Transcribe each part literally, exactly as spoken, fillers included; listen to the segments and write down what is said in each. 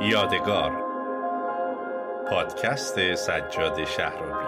یادگار، پادکست سجاد شهرابی.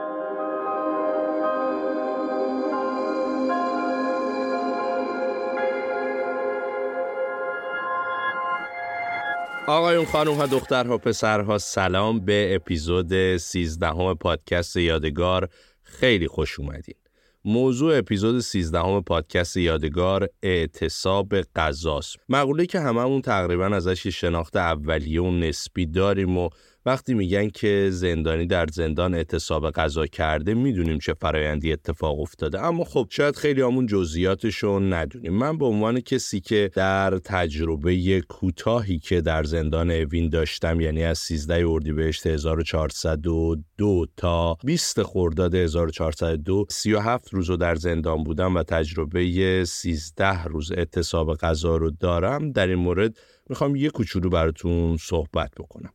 آقایون، خانوم ها، دخترها، پسرها، سلام به اپیزود سیزدهم پادکست یادگار. خیلی خوش اومدین. موضوع اپیزود سیزدهم پادکست یادگار اعتصاب غذاست. مقوله که هممون تقریبا ازش شناخت اولیه و نسبی داریم و وقتی میگن که زندانی در زندان اعتصاب غذا کرده میدونیم چه فرایندی اتفاق افتاده، اما خب شاید خیلی همون جزئیاتشو ندونیم. من به عنوان کسی که در تجربه کوتاهی که در زندان اوین داشتم، یعنی از سیزده اردیبهشت هزار و چهارصد و دو تا بیست خرداد هزار و چهارصد و دو سی و هفت روزو در زندان بودم و تجربه سیزده روز اعتصاب غذا رو دارم، در این مورد میخوام یه کوچولو براتون صحبت بکنم.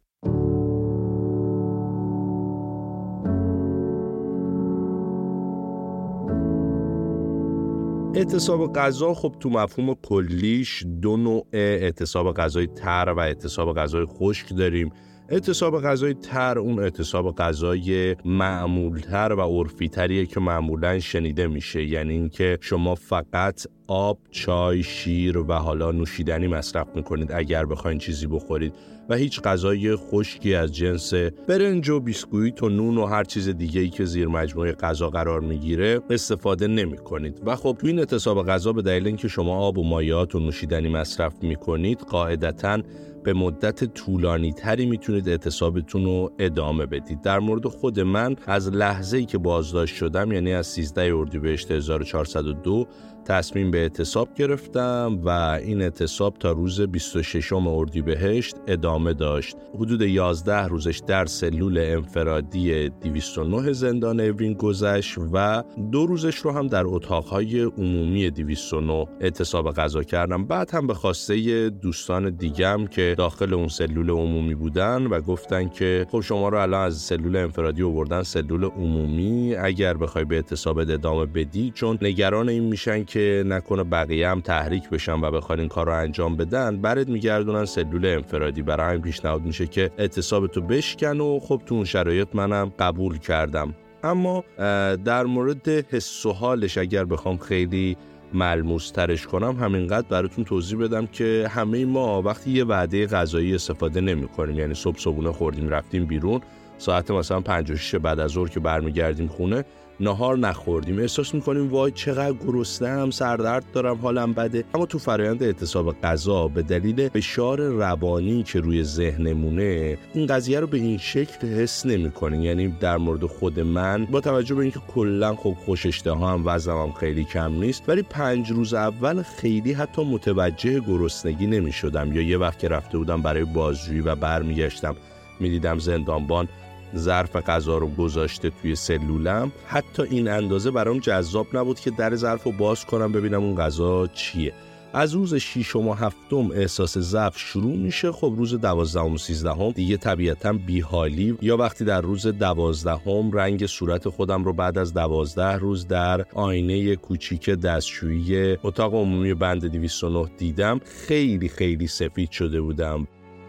اعتصاب غذا خب تو مفهوم کلیش دو نوع اعتصاب غذای تر و اعتصاب غذای خشک داریم. اعتصاب غذای تر اون اعتصاب غذای معمولتر و عرفی‌تریه که معمولاً شنیده میشه، یعنی اینکه شما فقط آب، چای، شیر و حالا نوشیدنی مصرف میکنید اگر بخواین چیزی بخورید و هیچ غذای خشکی از جنس برنج و بیسکویت و نون و هر چیز دیگه‌ای که زیر مجموعه غذا قرار میگیره استفاده نمیکنید. و خب تو این اعتصاب غذا به دلیل اینکه شما آب و مایعات و نوشیدنی مصرف میکنید قاعدتاً به مدت طولانی تری میتونید اعتصابتون رو ادامه بدید. در مورد خود من از لحظه‌ای که بازداشت شدم، یعنی از سیزده اردیبهشت هزار و چهارصد و دو تصمیم به اعتصاب گرفتم و این اعتصاب تا روز بیست و ششم اردیبهشت ادامه داشت. حدود یازده روزش در سلول انفرادی دویست و نه زندان اوین گذشت و دو روزش رو هم در اتاقهای عمومی دویست و نه اعتصاب غذا کردم. بعد هم به خواسته دوستان دیگم که داخل اون سلول عمومی بودن و گفتن که خب شما رو الان از سلول انفرادی آوردن سلول عمومی، اگر بخوای به اعتصاب ادامه بدی، چون نگران این میشن که نکنه بقیه هم تحریک بشن و بخوان این کار رو انجام بدن، برات میگردونن سلول انفرادی. برای همین پیشنهاد میشه که اعتصابتو بشکن و خب تو اون شرایط منم قبول کردم. اما در مورد حس و حالش اگر بخوام خیلی ملموس ترش کنم، همینقدر براتون توضیح بدم که همه ما وقتی یه وعده غذایی استفاده نمی کنیم، یعنی صبح صبحونه خوردیم رفتیم بیرون، ساعت مثلا پنج و شش بعد از ظهر که برمیگردیم خونه نهار نخوردیم، احساس میکنیم وای چقدر گرسنه‌ام، سردرد دارم، حالم بده. اما تو فرآیند اعتصاب غذا به دلیل فشار روانی که روی ذهنمونه این قضیه رو به این شکل حس نمی‌کنیم. یعنی در مورد خود من با توجه به اینکه کلا خب خوش اشتهام، وزنم خیلی کم نیست، ولی پنج روز اول خیلی حتی متوجه گرسنگی نمی‌شدم. یا یه وقت که رفته بودم برای بازجویی و برمیگشتم می‌دیدم زندانبان ظرف غذا رو گذاشته توی سلولم، حتی این اندازه برام جذاب نبود که در ظرف رو باز کنم ببینم اون غذا چیه. از روز ششم و هفتم احساس ضعف شروع میشه. خب روز دوازدهم و سیزدهم دیگه طبیعتاً بیحالی، یا وقتی در روز دوازدهم رنگ صورت خودم رو بعد از دوازده روز در آینه کوچیک دستشویی اتاق عمومی بند دویست و نه دیدم، خیلی خیلی سفید شده بودم.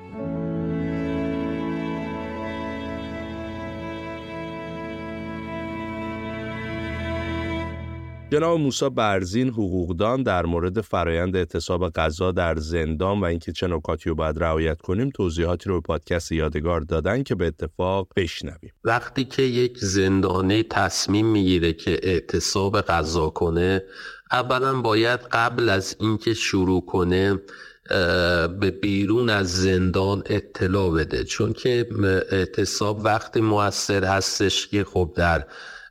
جناب موسی برزین، حقوقدان، در مورد فرایند اعتصاب غذا در زندان و اینکه چه نکاتی رو باید رعایت کنیم توضیحاتی رو به پادکست یادگار دادن که به اتفاق بشنویم. وقتی که یک زندانی تصمیم میگیره که اعتصاب غذا کنه، اولا باید قبل از اینکه شروع کنه به بیرون از زندان اطلاع بده، چون که اعتصاب وقتی مؤثر هستش که خب در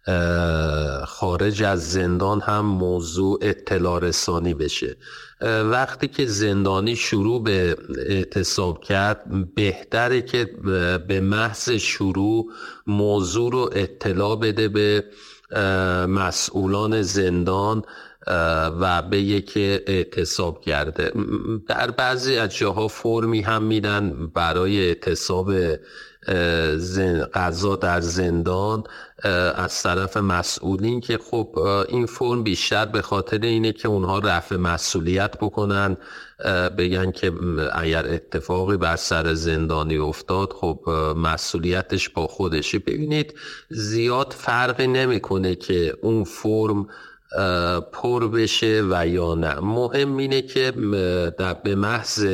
خارج از زندان هم موضوع اطلاع رسانی بشه. وقتی که زندانی شروع به اعتصاب کرد، بهتره که به محض شروع موضوع رو اطلاع بده به مسئولان زندان و بگه که اعتصاب کرده. در بعضی از جاها فرمی هم میدن برای اعتصاب غذا در زندان از طرف مسئولین که خب این فرم بیشتر به خاطر اینه که اونها رفع مسئولیت بکنن، بگن که اگر اتفاقی بر سر زندانی افتاد خب مسئولیتش با خودشه. ببینید زیاد فرقی نمیکنه که اون فرم پر بشه و یا نه، مهم اینه که در به محض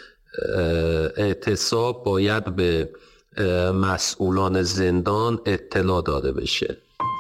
اعتصاب باید به مسئولان زندان اطلاع داده بشه.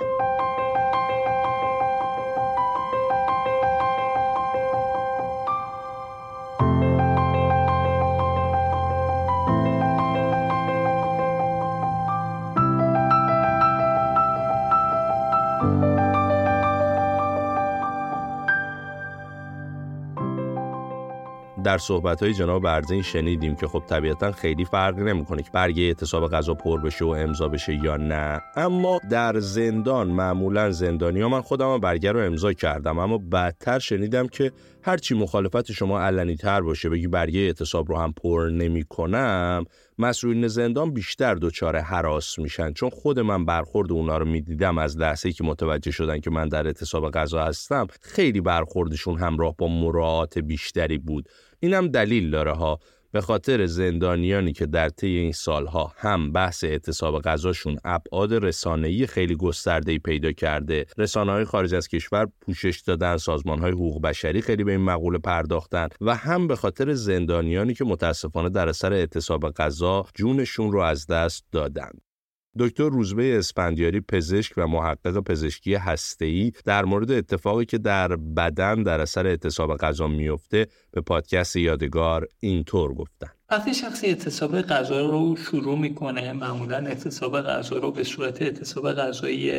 در صحبت‌های جناب برزین شنیدیم که خب طبیعتاً خیلی فرقی نمی‌کنه که برگه اعتصاب قضا پر بشه و امضا بشه یا نه، اما در زندان معمولاً زندانی‌ها، من خودم برگه رو امضا کردم، اما بعدتر شنیدم که هرچی مخالفت شما علنی‌تر باشه، بگی برگه اعتصاب رو هم پر نمی‌کنم، مسئولین زندان بیشتر دچار هراس میشن. چون خود من برخورد اونا رو میدیدم از لحظه‌ای که متوجه شدن که من در اعتصاب قضا هستم، خیلی برخوردشون همراه با مراعات بیشتری بود. اینم دلیل داره ها، به خاطر زندانیانی که در طی این سالها هم بحث اعتصاب قضاشون ابعاد رسانه‌ای خیلی گسترده‌ای پیدا کرده، رسانه‌های خارج از کشور پوشش دادن، سازمان‌های حقوق بشری خیلی به این مقوله پرداختن، و هم به خاطر زندانیانی که متاسفانه در اثر اعتصاب قضا جونشون رو از دست دادن. دکتر روزبه اسفندیاری، پزشک و محقق پزشکی هسته‌ای، در مورد اتفاقی که در بدن در اثر اعتصاب قضا میفته به پادکست یادگار اینطور گفتن: وقتی شخصی اعتصاب غذا رو شروع میکنه، معمولا اعتصاب غذا رو به صورت اعتصاب غذایی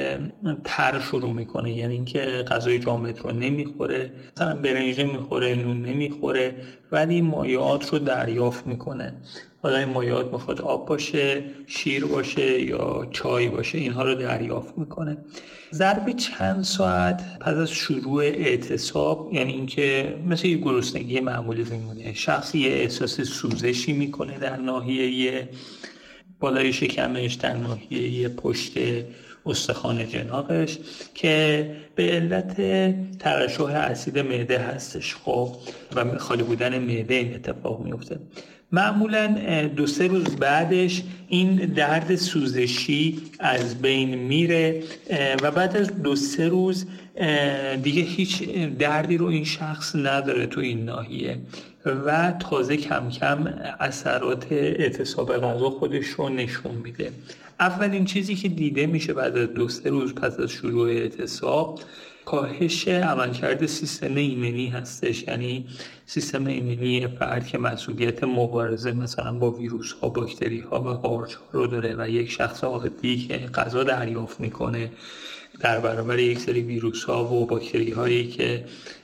تر شروع میکنه، یعنی اینکه غذای جامد رو نمیخوره، مثلا برنج نمیخوره، نون نمیخوره، ولی مایعات رو دریافت میکنه. حالا این مایعات میخواد آب باشه، شیر باشه یا چای باشه، اینها رو دریافت میکنه. ضرب چند ساعت پس از شروع اعتصاب، یعنی اینکه مثل یه گرسنگی معمولی میمونه، شخصی یه احساس سوزشی میکنه در ناحیه بالای شکمش، در ناحیه پشت استخوان جناقش، که به علت ترشح اسید معده هستش خب و خالی بودن معده این اتفاق میفته. معمولا دو سه روز بعدش این درد سوزشی از بین میره و بعد از دو سه روز دیگه هیچ دردی رو این شخص نداره تو این ناحیه و تازه کم کم اثرات اعتصاب غذا خودش رو نشون میده. اولین چیزی که دیده میشه بعد از دو سه روز پس از شروع اعتصاب، کاهش عملکرد سیستم ایمنی هستش. یعنی سیستم ایمنی فرد که مسئولیت مبارزه مثلا با ویروس ها، باکتری ها و قارچ ها رو داره و یک شخص عادی که غذا دریافت میکنه در برابر یک سری ویروس ها و باکتری هایی که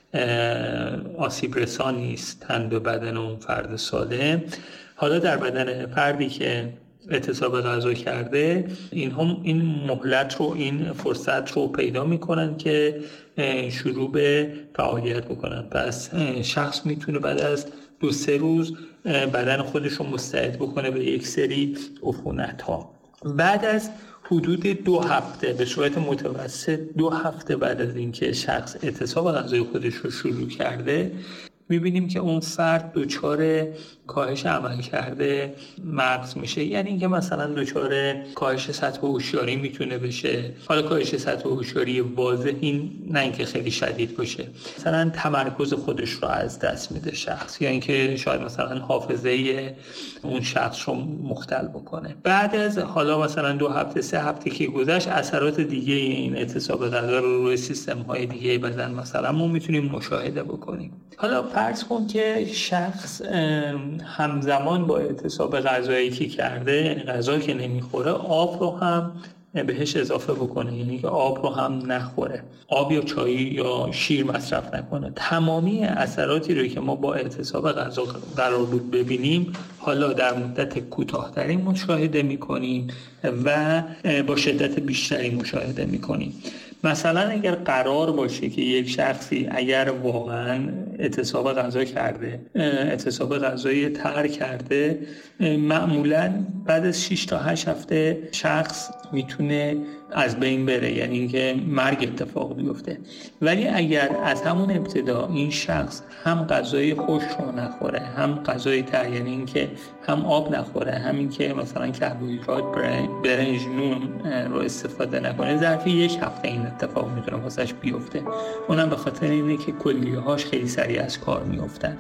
آسیب رسان نیستند به بدن اون فرد سالم، حالا در بدن فردی که اعتصاب غذا کرده، این هم این مهلت رو، این فرصت رو پیدا میکنن که شروع به فعالیت بکنن. پس شخص میتونه بعد از دو سه روز بدن خودش رو مستعد بکنه به یک سری عفونت ها. بعد از حدود دو هفته، به صورت متوسط دو هفته بعد از اینکه شخص اعتصاب غذای خودش رو شروع کرده، میبینیم که اون فرد دچار کاهش عمل کرده مغز میشه. یعنی اینکه مثلا دچار کاهش سطح هوشیاری میتونه بشه. حالا کاهش سطح هوشیاری واضح، این نه اینکه خیلی شدید باشه، مثلا تمرکز خودش رو از دست میده شخص، یا اینکه شاید مثلا حافظه اون شخص رو مختل بکنه. بعد از حالا مثلا دو هفته سه هفته که گذشت، اثرات دیگه این اعتصاب غذا رو روی سیستم های دیگه بدن مثلا ما میتونیم مشاهده بکنیم. حالا فرض کن که شخص همزمان با اعتصاب غذایی که کرده، غذا که نمیخوره، آب رو هم بهش اضافه بکنه، یعنی که آب رو هم نخوره، آب یا چای یا شیر مصرف نکنه. تمامی اثراتی رو که ما با اعتصاب غذا قرار بود ببینیم، حالا در مدت کوتاه‌تری مشاهده میکنیم و با شدت بیشتری مشاهده میکنیم. مثلا اگر قرار باشه که یک شخصی اگر واقعا اعتصاب غذا کرده، اعتصاب غذایی تر کرده، معمولا بعد از شش تا هشت هفته شخص میتونه از بین بره، یعنی اینکه مرگ اتفاق بیفته. ولی اگر از همون ابتدا این شخص هم غذای خشک رو نخوره، هم غذای تر، یعنی اینکه هم آب نخوره، همین که مثلا کربوهیدرات، برنج، نون رو استفاده نکنه، ظرف یک هفته این اتفاق میتونه واسش بیفته. اونم به خاطر اینه که کلیه‌هاش خیلی سریع از کار میافتن.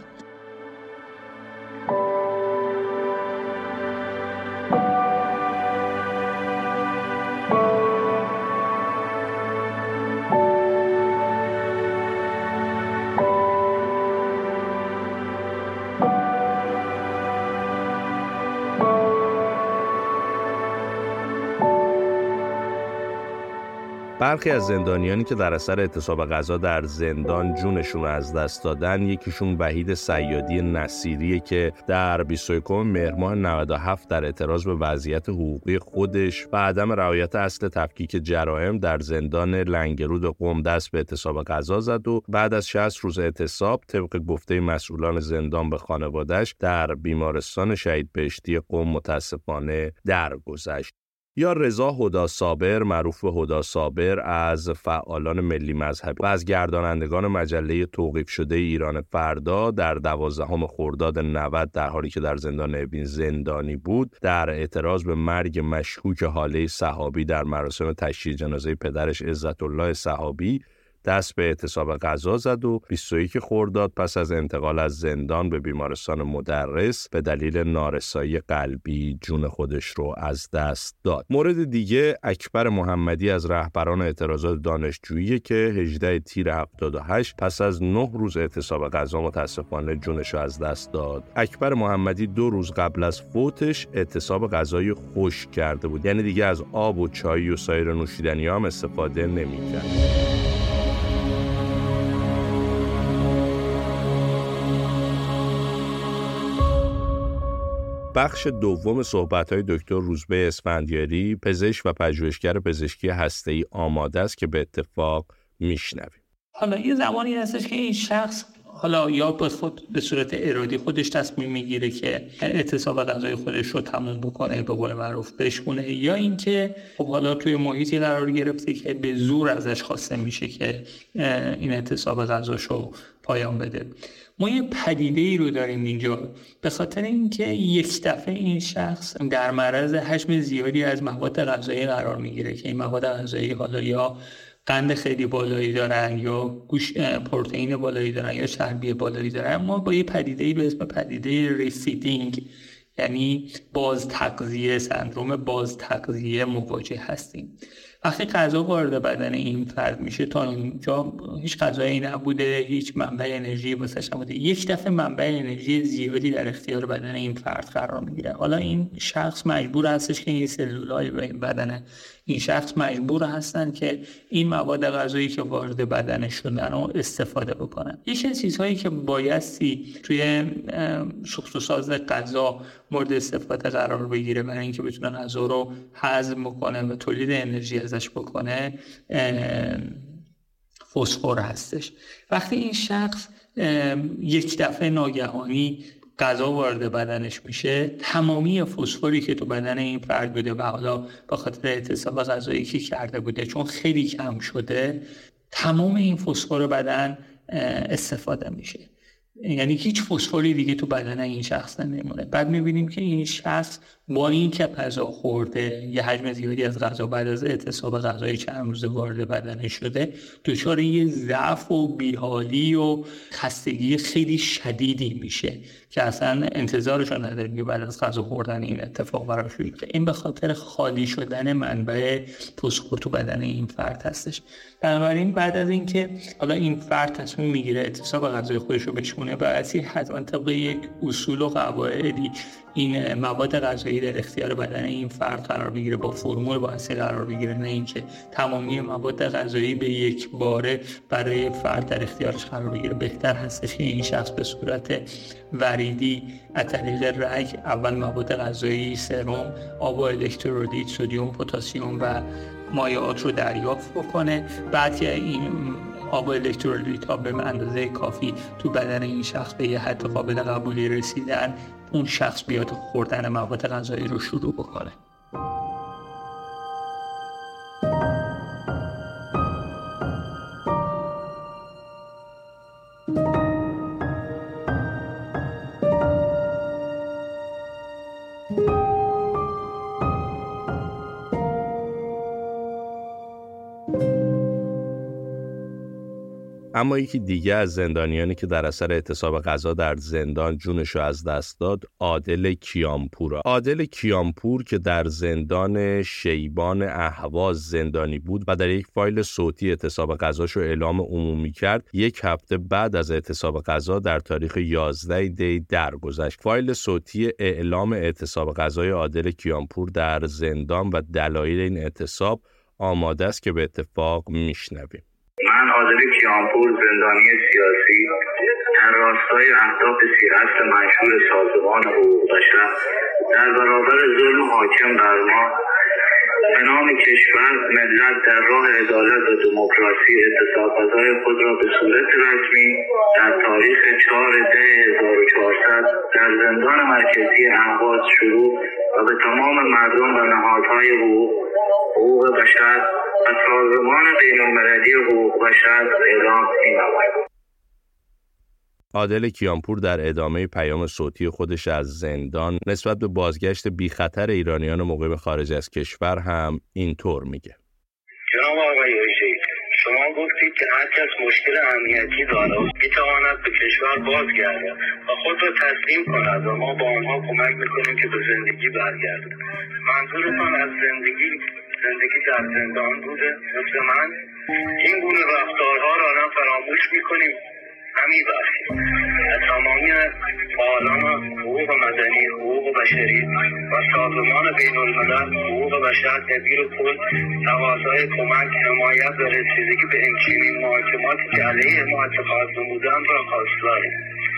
برخی از زندانیانی که در اثر اعتصاب غذا در زندان جونشون رو از دست دادن، یکیشون وحید صیادی نصیریه که در بیست و یکم مهر ماه نود و هفت در اعتراض به وضعیت حقوقی خودش و عدم رعایت اصل تفکیک جرائم در زندان لنگرود قم دست به اعتصاب غذا زد و بعد از شصت روز اعتصاب طبق گفته مسئولان زندان به خانواده‌اش در بیمارستان شهید بهشتی قم متاسفانه درگذشت. یا رضا هدی صابر، معروف به هدی صابر، از فعالان ملی مذهبی و از گردانندگان مجله توقیف شده ایران فردا در دوازدهم خرداد نود در حالی که در زندان اوین زندانی بود، در اعتراض به مرگ مشکوک حاله صحابی در مراسم تشییع جنازه پدرش عزت الله صحابی دست به اعتصاب غذا زد و بیست و یک خرداد پس از انتقال از زندان به بیمارستان مدرس به دلیل نارسایی قلبی جون خودش رو از دست داد. مورد دیگه اکبر محمدی از رهبران اعتراضات دانشجویی که هجدهم تیر هفتاد و هشت پس از نه روز اعتصاب غذا متاسفانه جونش رو از دست داد. اکبر محمدی دو روز قبل از فوتش اعتصاب غذای خشک کرده بود، یعنی دیگه از آب و چای و سایر نوشیدنی هم استفاده نمی‌کرد. بخش دوم صحبت‌های دکتر روزبه اسفندیاری، پزشک و پژوهشگر پزشکی هسته‌ای آماده است که به اتفاق میشنویم. حالا یه زمانی هستش که این شخص حالا یا به خود به صورت ارادی خودش تصمیم میگیره که اعتصاب غذای خودش رو تموم بکنه، به قول معروف بشکنه، یا اینکه خب حالا توی محیطی قرار گرفته که به زور ازش خواسته میشه که این اعتصاب غذاشو پایان بده. ما یه پدیده ای رو داریم اینجا به خاطر اینکه یک دفعه این شخص در معرض حجم زیادی از مواد غذایی قرار میگیره که این مواد غذایی حالا یا قند خیلی بالایی دارن یا گوش پروتئین بالایی دارن یا چربی بالایی دارن. ما با یه پدیده‌ای به اسم پدیده ریفیدینگ، یعنی باز تغذیه، سندروم باز تغذیه مواجه هستیم. وقتی غذا وارد بدن این فرد میشه، تا اونجا هیچ غذایی نبوده، هیچ منبع انرژی واسش نبوده، یک دفعه منبع انرژی زیادی در اختیار بدن این فرد قرار میگیره. حالا این شخص مجبور هستش که این سلولای بدن این شخص مجبور هستن که این مواد غذایی که وارد بدن شدن رو استفاده بکنن. یکی از چیزهایی که بایستی توی سوخت و ساز غذا مورد استفاده قرار بگیره برای اینکه بتونن غذا رو هضم بکنه و تولید انرژی ازش بکنه، فسفر هستش. وقتی این شخص یک دفعه ناگهانی غذا وارد بدنش میشه، تمامی فسفری که تو بدن این فرد بوده و حالا به خاطر اعتصاب غذایی که کرده بوده چون خیلی کم شده، تمام این فسفر بدن استفاده میشه، یعنی هیچ فسفری دیگه تو بدن این شخص نمیمونه. بعد میبینیم که این شخص با این که غذا خورده، یه حجم زیادی از غذا بعد از اعتصاب غذایی چند روزه وارد بدن شده، دچار یه ضعف و بیحالی و خستگی خیلی شدیدی میشه که اصلا انتظارش رو نداریم که بعد از غذا خوردن این اتفاق براش بیفته. این به خاطر خالی شدن منبع فسفر تو بدن این فرد هستش. بنابراین بعد از اینکه حالا این فرد تصمیم میگیره اعتصاب غذای خودش رو بشکنه، بعضی حتما طبق یک اصول و قواعدی این مواد غذایی در اختیار بدن این فرد قرار بگیره، با فرمول واسه قرار بگیره، نه اینکه تمامی مواد غذایی به یک باره برای فرد در اختیارش قرار بگیره. بهتر هستش که این شخص به صورت وریدی از طریق رگ اول مواد غذایی، سرم، آب و الکترولیت، سدیم، پتاسیم و مایعات رو دریافت بکنه. بعد که این آب و الکترولیت ها به اندازه کافی تو بدن این شخص به یه حد قابل قبولی رسیدن، اون شخص بیاد خوردن مواد غذایی رو شروع بکنه. اما یکی دیگه از زندانیانی که در اثر اعتصاب غذا در زندان جونشو از دست داد، عادل کیانپور. عادل کیانپور که در زندان شیبان اهواز زندانی بود و در یک فایل صوتی اعتصاب غذاشو اعلام عمومی کرد، یک هفته بعد از اعتصاب غذا در تاریخ یازده دی درگذشت. فایل صوتی اعلام اعتصاب غذای عادل کیانپور در زندان و دلایل این اعتصاب آماده است که به اتفاق میشنویم. من عادل کیانپور، زندانی سیاسی، در راستای اهداف سی هشت منشور سازمان حقوق بشر در برابر ظلم حاکم بر ما به نام کشور ملت در راه عدالت و دموکراسی اعتصاب غذای خود را به صورت رسمی در تاریخ چهار دی هزار و چهارصد در زندان مرکزی اهواز شروع و به تمام مردم و نهادهای حقوق حقوق بشر و سازمان بین‌المللی حقوق بشر اعلام می‌نمایم. عادل کیانپور در ادامه پیام صوتی خودش از زندان نسبت به بازگشت بی خطر ایرانیان مقیم خارج از کشور هم اینطور میگه. جناب آقای رئیسی، شما گفتید که هر کس مشکل امنیتی دارد میتواند به کشور بازگردد و خود را تسلیم کند و ما با آنها کمک میکنیم که به زندگی برگردد. منظورتان از زندگی زندگی در زندان بوده؟ مثل من این گونه رفتارها را نه فراموش میکنیم همین بخشی از تمامی فعالان حقوق مدنی، حقوق بشری و سازمان بین‌الملل حقوق بشر تدبیر کل تقاضای کمک، حمایت و رسیدگی به چنین محاکماتی که علیه ما اتخاذ نمودند را خواستاریم.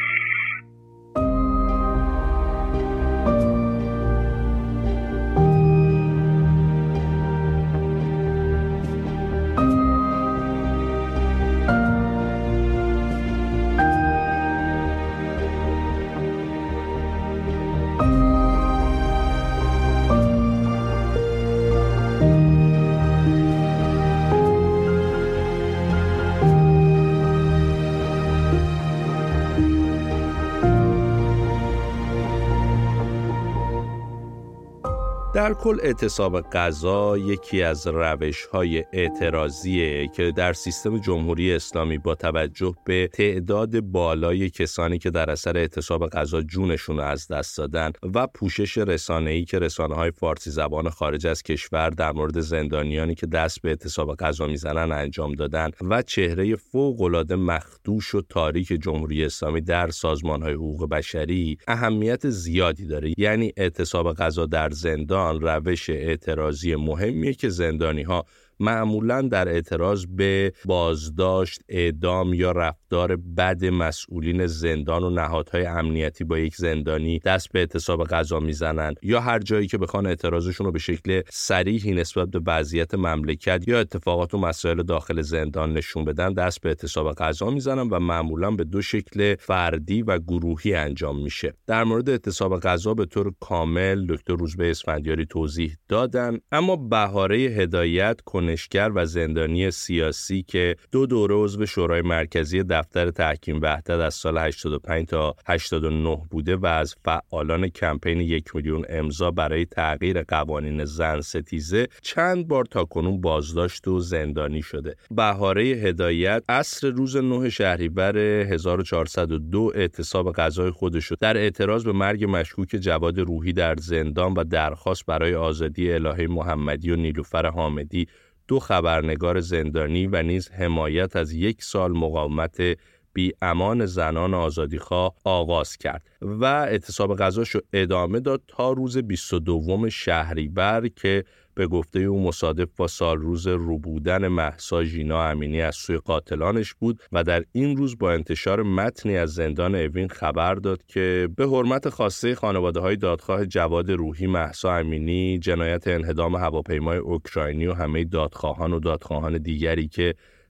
در کل اعتصاب غذا یکی از روش‌های اعتراضیه که در سیستم جمهوری اسلامی با توجه به تعداد بالای کسانی که در اثر اعتصاب غذا جونشون از دست دادن و پوشش رسانه‌ای که رسانه‌های فارسی زبان خارج از کشور در مورد زندانیانی که دست به اعتصاب غذا میزنن انجام دادن و چهره فوق‌العاده مخدوش و تاریک جمهوری اسلامی در سازمان‌های حقوق بشری اهمیت زیادی داره. یعنی اعتصاب غذا در زندان روش اعتراضی مهمیه که زندانی‌ها معمولاً در اعتراض به بازداشت، اعدام یا رفتار بد مسئولین زندان و نهادهای امنیتی با یک زندانی دست به اعتصاب غذا میزنن، یا هر جایی که بخوان اعتراضشون رو به شکل صریحی نسبت به وضعیت مملکت یا اتفاقات و مسائل داخل زندان نشون بدن دست به اعتصاب غذا میزنن و معمولاً به دو شکل فردی و گروهی انجام میشه. در مورد اعتصاب غذا به طور کامل دکتر روزبه اسفندیاری توضیح دادن، اما بهاره هدایت کنشگر و زندانی سیاسی که دو دوره عضو شورای مرکزی دفتر تحکیم وحدت از سال هشتاد و پنج تا هشتاد و نه بوده و از فعالان کمپین یک میلیون امضا برای تغییر قوانین زن ستیزه چند بار تاکنون بازداشت و زندانی شده. بهاره هدایت عصر روز نه شهریور هزار و چهارصد و دو اعتصاب غذای خودش در اعتراض به مرگ مشکوک جواد روحی در زندان و درخواست برای آزادی الهه محمدی و نیلوفر حامدی، دو خبرنگار زندانی و نیز حمایت از یک سال مقاومت بی امان زنان آزادیخواه آغاز کرد و اعتصاب غذاش رو ادامه داد تا روز بیست و دوم شهریور که به گفته او مصادف با سال روز روبودن مهسا ژینا امینی از سوی قاتلانش بود و در این روز با انتشار متنی از زندان اوین خبر داد که به حرمت خواسته خانواده‌های دادخواه جواد روحی، مهسا امینی، جنایت انهدام هواپیمای اوکراینی و همه دادخواهان و دادخواهان دیگری که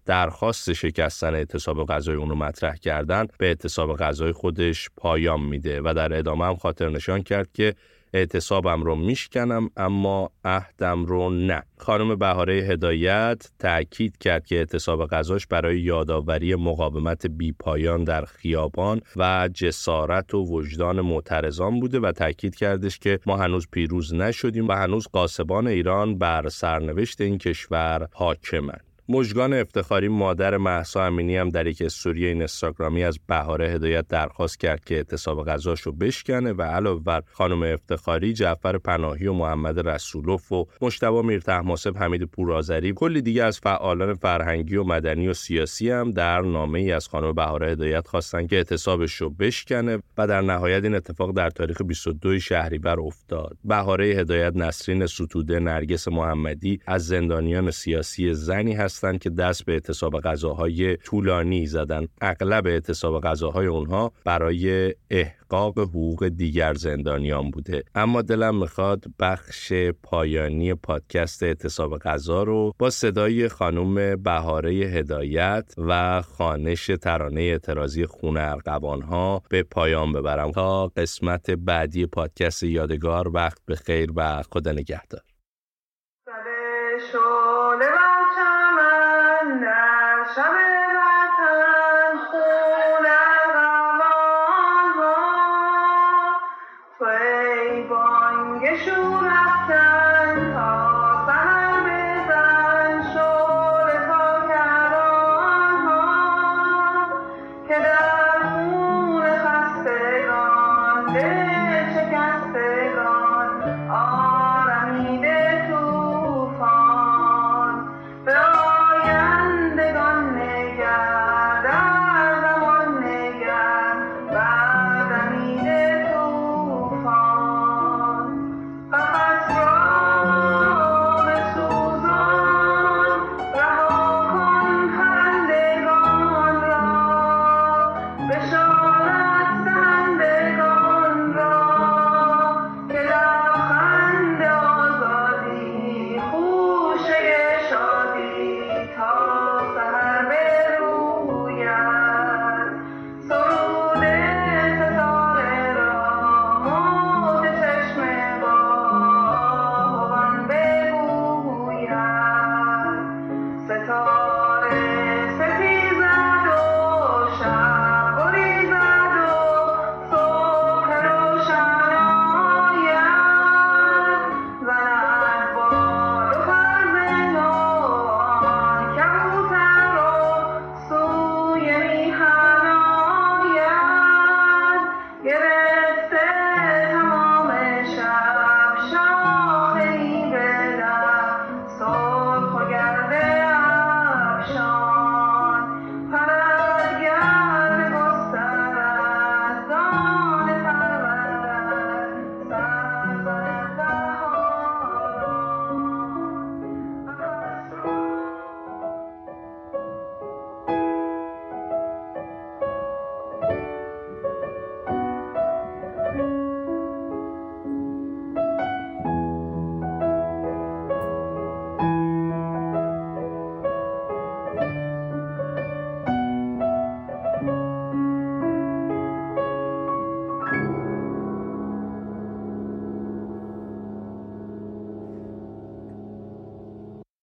درخواست شکستن اعتصاب غذایی اون رو مطرح کردن به اعتصاب غذایی خودش پایان میده و در ادامه هم خاطر نشان کرد که اعتصابم رو میشکنم اما عهدم رو نه. خانم بهاره هدایت تأکید کرد که اعتصاب غذاش برای یادآوری مقاومت بیپایان در خیابان و جسارت و وجدان معترضان بوده و تأکید کردش که ما هنوز پیروز نشدیم و هنوز غاصبان ایران بر سرنوشت این کشور حاکمند. مژگان افتخاری مادر مهسا امینی هم در یک استوری اینستاگرامی از بهاره هدایت درخواست کرد که اعتصاب غذاش رو بشکنه و علاوه بر خانم افتخاری، جعفر پناهی و محمد رسولوف و مجتبی میرطهماسب، حمید پورآذری، کلی دیگه از فعالان فرهنگی و مدنی و سیاسی هم در نامه‌ای از خانم بهاره هدایت خواستن که اعتصابش رو بشکنه و در نهایت این اتفاق در تاریخ بیست و دو شهریور افتاد. بهاره هدایت، نسرین ستوده، نرگس محمدی از زندانیان سیاسی زنی هست که دست به اعتصاب غذاهای طولانی زدن. اغلب اعتصاب غذاهای اونها برای احقاق حقوق دیگر زندانیان بوده. اما دلم میخواد بخش پایانی پادکست اعتصاب غذا رو با صدای خانم بهاره هدایت و خوانش ترانه اعتراضی خون ارغوان‌ها به پایان ببرم. تا قسمت بعدی پادکست یادگار، وقت بخیر و خدا نگهدار.